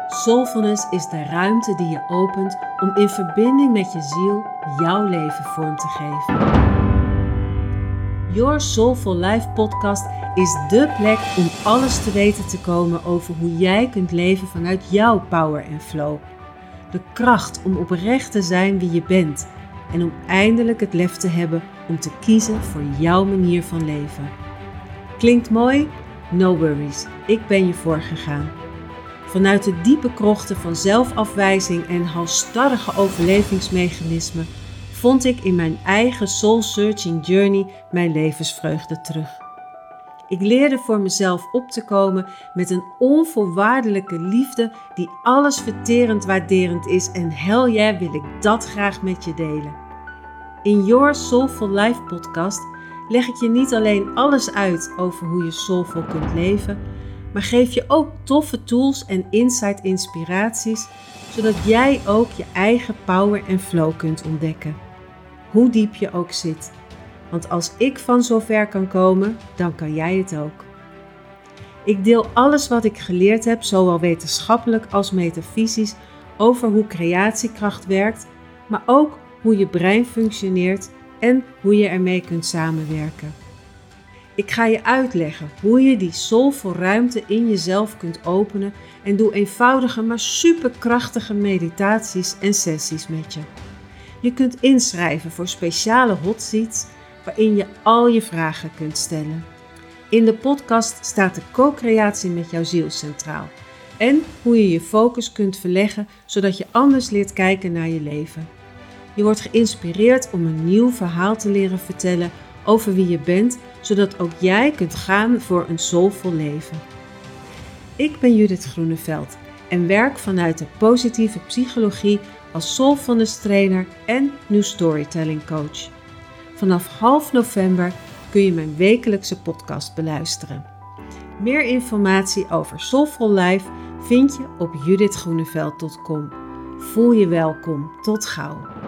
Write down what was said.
Soulfulness is de ruimte die je opent om in verbinding met je ziel jouw leven vorm te geven. Your Soulful Life podcast is dé plek om alles te weten te komen over hoe jij kunt leven vanuit jouw power en flow. De kracht om oprecht te zijn wie je bent en om eindelijk het lef te hebben om te kiezen voor jouw manier van leven. Klinkt mooi? No worries, ik ben je voorgegaan. Vanuit de diepe krochten van zelfafwijzing en halsstarrige overlevingsmechanismen vond ik in mijn eigen soul-searching journey mijn levensvreugde terug. Ik leerde voor mezelf op te komen met een onvoorwaardelijke liefde die allesverterend waarderend is en hell yeah wil ik dat graag met je delen. In Your Soulful Life podcast leg ik je niet alleen alles uit over hoe je soulful kunt leven, maar geef je ook toffe tools en insight inspiraties, zodat jij ook je eigen power en flow kunt ontdekken. Hoe diep je ook zit. Want als ik van zover kan komen, dan kan jij het ook. Ik deel alles wat ik geleerd heb, zowel wetenschappelijk als metafysisch, over hoe creatiekracht werkt, maar ook hoe je brein functioneert en hoe je ermee kunt samenwerken. Ik ga je uitleggen hoe je die soulful ruimte in jezelf kunt openen en doe eenvoudige maar superkrachtige meditaties en sessies met je. Je kunt inschrijven voor speciale hot seats waarin je al je vragen kunt stellen. In de podcast staat de co-creatie met jouw ziel centraal en hoe je je focus kunt verleggen zodat je anders leert kijken naar je leven. Je wordt geïnspireerd om een nieuw verhaal te leren vertellen over wie je bent, zodat ook jij kunt gaan voor een soulful leven. Ik ben Judith Groeneveld en werk vanuit de positieve psychologie als soulfulness trainer en new storytelling coach. Vanaf half november kun je mijn wekelijkse podcast beluisteren. Meer informatie over Soulful Life vind je op judithgroeneveld.com. Voel je welkom. Tot gauw.